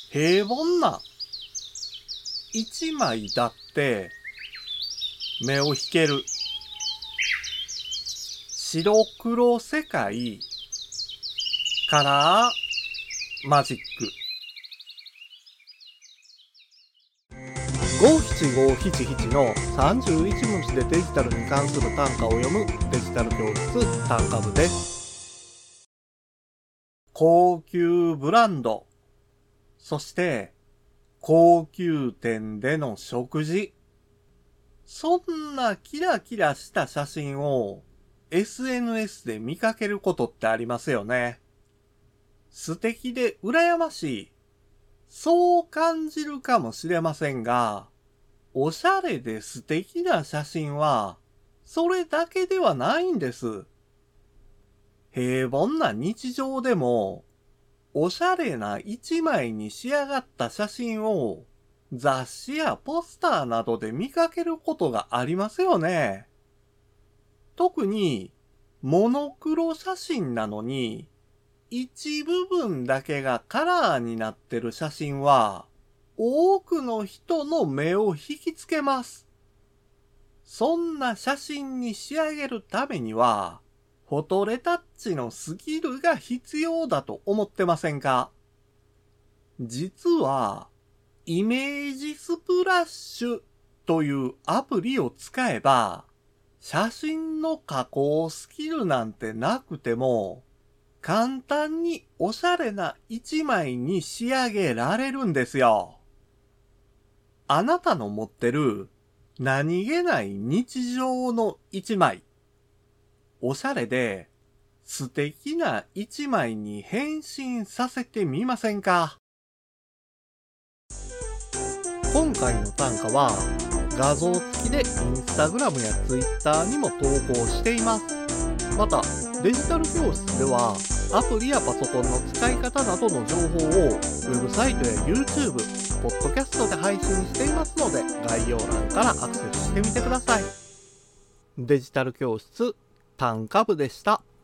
平凡な一枚だって目を引ける白黒世界カラーマジック五七五七七の31文字でデジタルに関する単価を読むデジタル教室単価部です。高級ブランド、そして高級店での食事、そんなキラキラした写真を SNS で見かけることってありますよね。素敵で羨ましい。そう感じるかもしれませんが、おしゃれで素敵な写真は、それだけではないんです。平凡な日常でも、おしゃれな一枚に仕上がった写真を、雑誌やポスターなどで見かけることがありますよね。特に、モノクロ写真なのに、一部分だけがカラーになってる写真は、多くの人の目を引きつけます。そんな写真に仕上げるためには、フォトレタッチのスキルが必要だと思ってませんか？実は、イメージスプラッシュというアプリを使えば、写真の加工スキルなんてなくても、簡単におしゃれな一枚に仕上げられるんですよ。あなたの持ってる何気ない日常の一枚、おしゃれで素敵な一枚に変身させてみませんか？今回の単価は画像付きでインスタグラムやツイッターにも投稿しています。またデジタル教室ではアプリやパソコンの使い方などの情報をウェブサイトや YouTube、ポッドキャストで配信していますので概要欄からアクセスしてみてください。デジタル教室単価部でした。